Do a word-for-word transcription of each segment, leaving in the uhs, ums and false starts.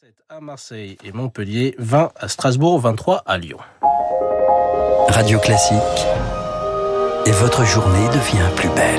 À Marseille et Montpellier, vingt à Strasbourg, vingt-trois à Lyon. Radio Classique. Et votre journée devient plus belle.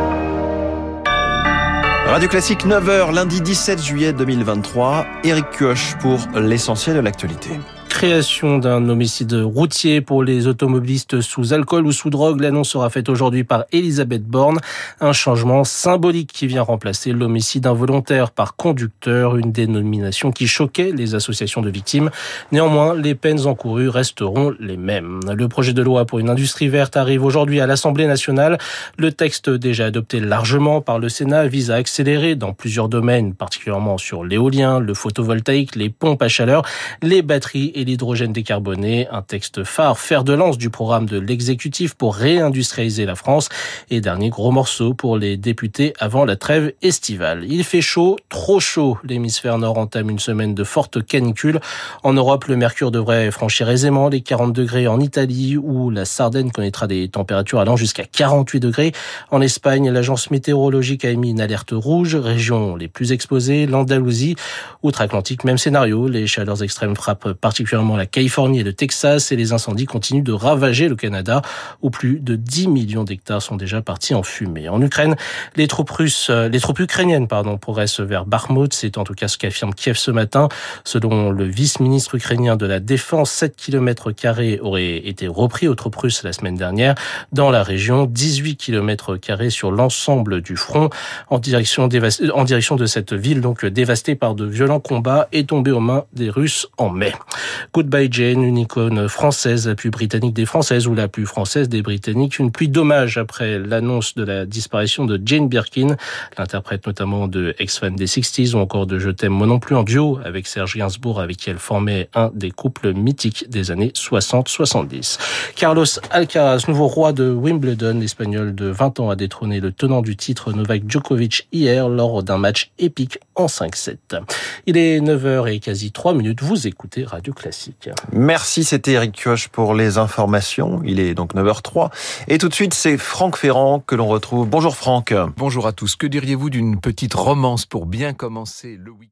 Radio Classique, neuf heures, lundi dix-sept juillet deux mille vingt-trois. Éric Kioch pour l'essentiel de l'actualité. Création d'un homicide routier pour les automobilistes sous alcool ou sous drogue. L'annonce sera faite aujourd'hui par Elisabeth Borne. Un changement symbolique qui vient remplacer l'homicide involontaire par conducteur, une dénomination qui choquait les associations de victimes. Néanmoins, les peines encourues resteront les mêmes. Le projet de loi pour une industrie verte arrive aujourd'hui à l'Assemblée nationale. Le texte déjà adopté largement par le Sénat vise à accélérer dans plusieurs domaines, particulièrement sur l'éolien, le photovoltaïque, les pompes à chaleur, les batteries et l'hydrogène décarboné, un texte phare, fer de lance du programme de l'exécutif pour réindustrialiser la France et dernier gros morceau pour les députés avant la trêve estivale. Il fait chaud, trop chaud. L'hémisphère nord entame une semaine de forte canicule. En Europe, le mercure devrait franchir aisément les quarante degrés en Italie où la Sardaigne connaîtra des températures allant jusqu'à quarante-huit degrés. En Espagne, l'agence météorologique a émis une alerte rouge, régions les plus exposées, l'Andalousie, outre-Atlantique, même scénario. Les chaleurs extrêmes frappent particulièrement la Californie et le Texas et les incendies continuent de ravager le Canada où plus de dix millions d'hectares sont déjà partis en fumée. En Ukraine, les troupes russes, les troupes ukrainiennes, pardon, progressent vers Bakhmut. C'est en tout cas ce qu'affirme Kiev ce matin. Selon le vice-ministre ukrainien de la Défense, sept kilomètres carrés auraient été repris aux troupes russes la semaine dernière. Dans la région, dix-huit kilomètres carrés sur l'ensemble du front en direction, dévast... en direction de cette ville donc dévastée par de violents combats et tombée aux mains des Russes en mai. Goodbye Jane, une icône française, la plus britannique des Françaises ou la plus française des Britanniques. Une pluie d'hommages après l'annonce de la disparition de Jane Birkin, l'interprète notamment de Ex-Fan des sixties ou encore de Je t'aime moi non plus en duo avec Serge Gainsbourg avec qui elle formait un des couples mythiques des années soixante soixante-dix. Carlos Alcaraz, nouveau roi de Wimbledon, l'Espagnol de vingt ans a détrôné le tenant du titre Novak Djokovic hier lors d'un match épique en cinq sept. Il est neuf heures et quasi trois minutes. Vous écoutez Radio Classique. Merci, c'était Éric Kioch pour les informations. Il est donc neuf heures trois. Et tout de suite, c'est Franck Ferrand que l'on retrouve. Bonjour Franck. Bonjour à tous. Que diriez-vous d'une petite romance pour bien commencer le week-end ?